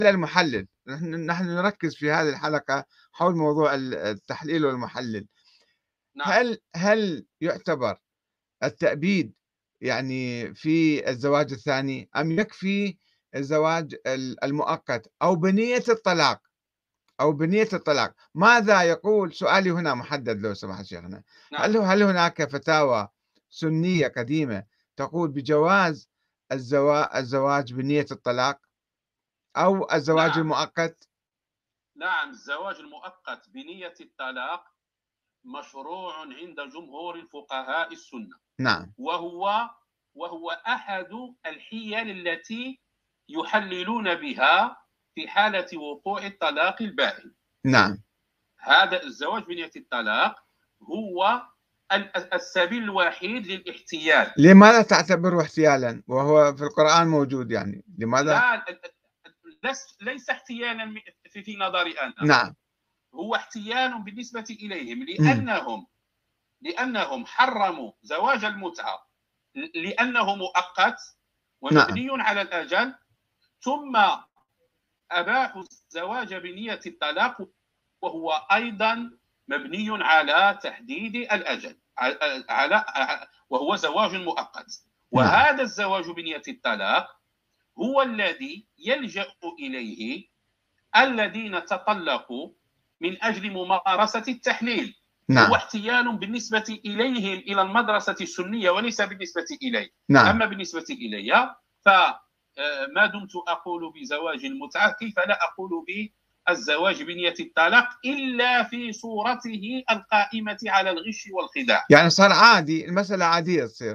المحلل، نحن نركز في هذه الحلقة حول موضوع التحليل والمحلل. نعم. هل يعتبر التأبيد يعني في الزواج الثاني، أم يكفي الزواج المؤقت أو بنية الطلاق أو بنية الطلاق؟ ماذا يقول، سؤالي هنا محدد لو سمحت شيخنا، نعم. هل هناك فتاوى سنية قديمة تقول بجواز الزواج بنية الطلاق أو الزواج نعم. المؤقت؟ نعم، الزواج المؤقت بنية الطلاق مشروع عند جمهور الفقهاء السنة، نعم. وهو أحد الحيل التي يحللون بها في حالة وقوع الطلاق البائن. نعم. هذا الزواج بنية الطلاق هو السبيل الوحيد للاحتيال. لماذا تعتبره احتيالا وهو في القرآن موجود؟ يعني لماذا؟ لا، ليس احتيالا في نظري أنا، نعم. هو احتيال بالنسبة إليهم، مم. لأنهم حرموا زواج المتعة لأنه مؤقت نعم. ومبني على الأجل، ثم أباحوا الزواج بنية الطلاق وهو أيضا مبني على تحديد الأجل، وهو زواج مؤقت. نعم. وهذا الزواج بنية الطلاق هو الذي يلجأ إليه الذين تطلقوا من أجل ممارسة التحليل. نعم. هو احتيال بالنسبة إليهم إلى المدرسة السنية وليس بالنسبة إلي. نعم. أما بالنسبة إلي فما دمت أقول بزواج المتعة، كيف لا أقول بالزواج بنية الطلاق إلا في صورته القائمة على الغش والخداع. يعني صار عادي، المسألة عادية تصير.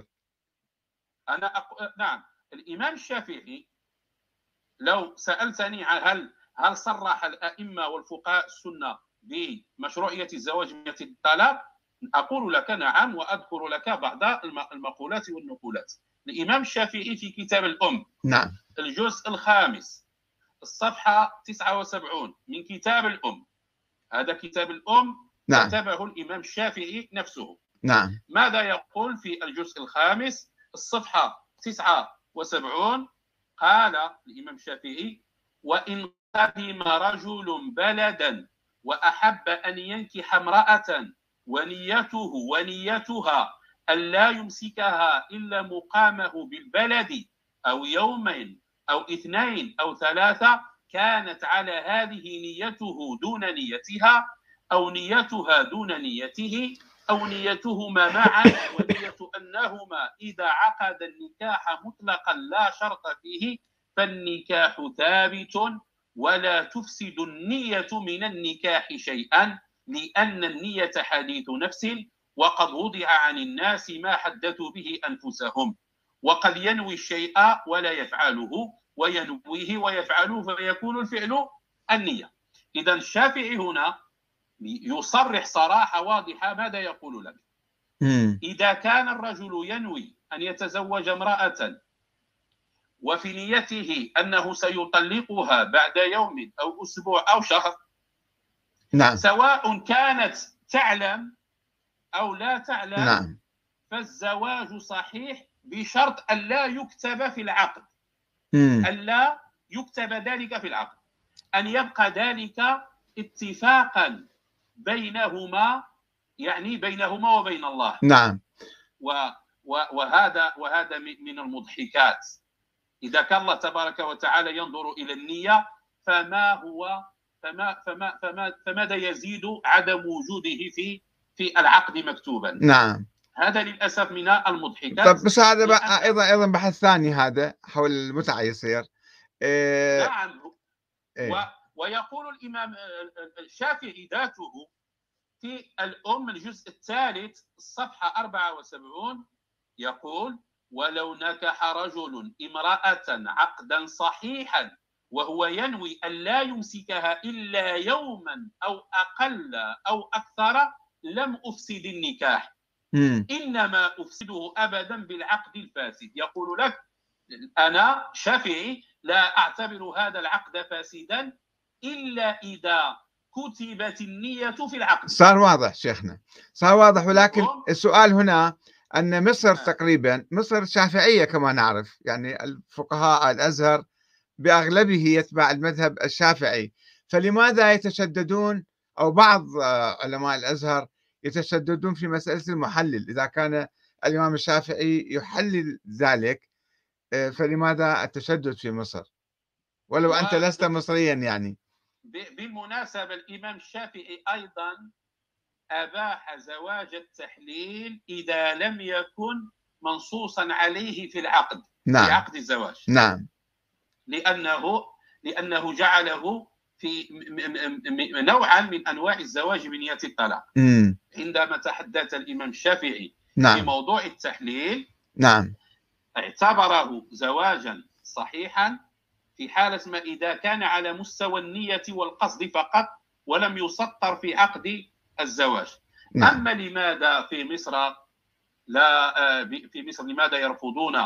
نعم. الإمام الشافعي لو سألتني هل صرح الأئمة والفقهاء السنة بمشروعية الزواج بنية الطلاق، أقول لك نعم، وأذكر لك بعض المقولات والنقولات. الإمام الشافعي في كتاب الأم، نعم. الجزء الخامس، الصفحة 79 من كتاب الأم، هذا كتاب الأم نعم. كتبه الإمام الشافعي نفسه. نعم. ماذا يقول في الجزء الخامس الصفحة 79؟ قال الإمام الشافعي: وإن قدم رجل بلدا وأحب أن ينكح امرأة ونيتها ألا يمسكها إلا مقامه بالبلد أو يومين أو اثنين أو ثلاثة، كانت على هذه نيته دون نيتها، أو نيتها دون نيته، أو نيتهما معا، ونية أنهما إذا عقد النكاح مطلقا لا شرط فيه فالنكاح ثابت، ولا تفسد النية من النكاح شيئا، لأن النية حديث نفس، وقد وضع عن الناس ما حدثوا به أنفسهم، وقد ينوي الشيء ولا يفعله، وينويه ويفعله فيكون الفعل النية. إذا الشافعي هنا يصرح صراحة واضحة. ماذا يقول لك؟ إذا كان الرجل ينوي أن يتزوج امرأة وفي نيته أنه سيطلقها بعد يوم أو أسبوع أو شهر، نعم. سواء كانت تعلم أو لا تعلم، نعم. فالزواج صحيح بشرط ألا يكتب في العقد، ألا يكتب ذلك في العقد، أن يبقى ذلك اتفاقا بينهما، يعني بينهما وبين الله. نعم. وهذا من المضحكات. إذا كان الله تبارك وتعالى ينظر إلى النية، فماذا يزيد عدم وجوده في العقد مكتوبا؟ نعم. هذا للأسف من المضحكات. طب بس هذا أيضا بحث ثاني هذا حول المتعة يصير. نعم. ويقول الإمام الشافعي ذاته في الأم الجزء الثالث الصفحة 74 يقول: ولو نكح رجل امرأة عقدا صحيحا وهو ينوي أن لا يمسكها إلا يوما أو أقل أو أكثر لم أفسد النكاح، إنما أفسده أبدا بالعقد الفاسد. يقول لك أنا شافعي لا أعتبر هذا العقد فاسدا إلا إذا كتبت النية في العقد. صار واضح شيخنا، صار واضح. ولكن السؤال هنا أن مصر تقريبا، مصر شافعية كما نعرف، يعني الفقهاء الأزهر بأغلبه يتبع المذهب الشافعي، فلماذا يتشددون، أو بعض علماء الأزهر يتشددون في مسألة المحلل؟ إذا كان الإمام الشافعي يحلل ذلك، فلماذا التشدد في مصر ولو أنت لست مصريا يعني؟ بالمناسبة الإمام الشافعي أيضا أباح زواج التحليل إذا لم يكن منصوصا عليه في العقد، نعم. في عقد الزواج. نعم. لأنه جعله في نوعا من أنواع الزواج بنية الطلاق. عندما تحدث الإمام الشافعي نعم. في موضوع التحليل، نعم، اعتبره زواجا صحيحا في حالة ما إذا كان على مستوى النية والقصد فقط ولم يسطر في عقد الزواج. نعم. أما لماذا في مصر لماذا يرفضون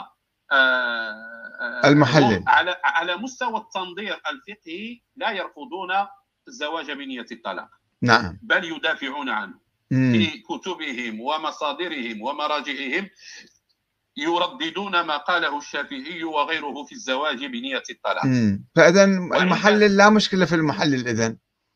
المحلل؟ على مستوى التنظير الفقهي لا يرفضون الزواج بنية الطلاق. نعم. بل يدافعون عنه في كتبهم ومصادرهم ومراجعهم، يرددون ما قاله الشافعي وغيره في الزواج بنية الطلاق. فإذا المحلل لا مشكلة في المحلل إذن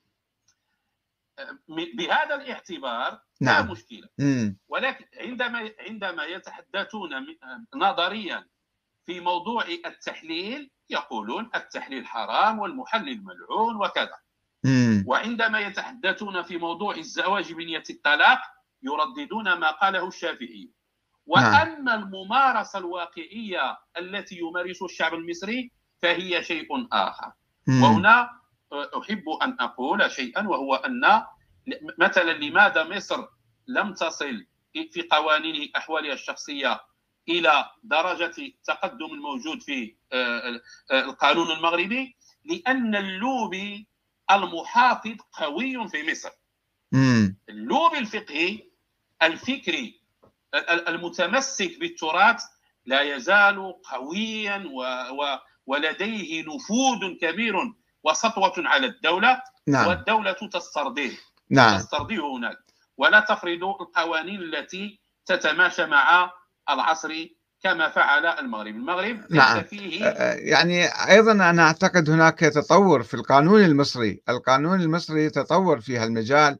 بهذا الاعتبار. نعم. لا مشكلة. ولكن عندما يتحدثون نظريا في موضوع التحليل يقولون التحليل حرام والمحلل ملعون وكذا. وعندما يتحدثون في موضوع الزواج بنية الطلاق يرددون ما قاله الشافعي. وأما الممارسة الواقعية التي يمارسها الشعب المصري فهي شيء آخر. وهنا أحب أن أقول شيئا، وهو أن مثلا لماذا مصر لم تصل في قوانين أحوالها الشخصية إلى درجة التقدم الموجود في القانون المغربي؟ لأن اللوبي المحافظ قوي في مصر. اللوبي الفقهي الفكري المتمسك بالتراث لا يزال قويا ولديه نفوذ كبير وسطوة على الدولة. نعم. والدولة تسترضيه. نعم. تسترضيه هناك ولا تفرض القوانين التي تتماشى مع العصر كما فعل المغرب. نعم. فيه يعني أيضا أنا أعتقد هناك تطور في القانون المصري تطور في هالمجال،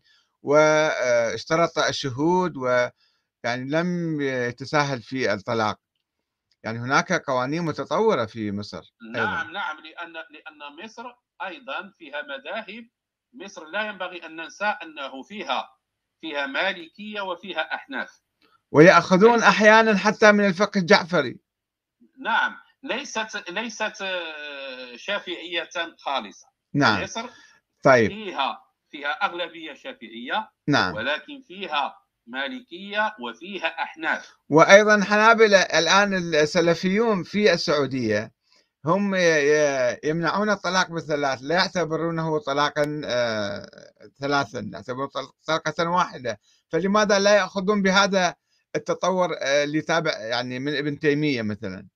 واشترط الشهود، ويعني لم يتساهل في الطلاق. يعني هناك قوانين متطورة في مصر أيضا. نعم. لأن مصر أيضا فيها مذاهب. مصر لا ينبغي أن ننسى أنه فيها مالكية وفيها أحناف، ويأخذون أحيانا حتى من الفقه الجعفري. نعم. ليست شافعية خالصة. نعم. مصر طيب. فيها أغلبية شافعية. نعم. ولكن فيها مالكية وفيها أحناف، وأيضا حنابلة. الآن السلفيون في السعودية هم يمنعون الطلاق بالثلاث، لا يعتبرونه طلاقا ثلاثا، يعتبرونه طلقة واحدة. فلماذا لا يأخذون بهذا التطور اللي تابع يعني من ابن تيمية مثلا؟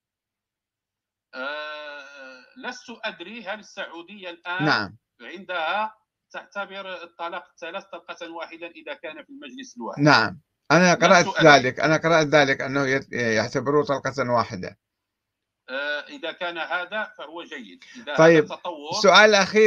لست أدري هل السعودية الآن نعم. عندها تعتبر الطلاق الثلاث طلقة واحدة إذا كان في المجلس الواحد. نعم، أنا قرأت ذلك أنه يعتبروه طلقة واحدة. إذا كان هذا فهو جيد. إذا طيب، هذا تطور. السؤال الأخير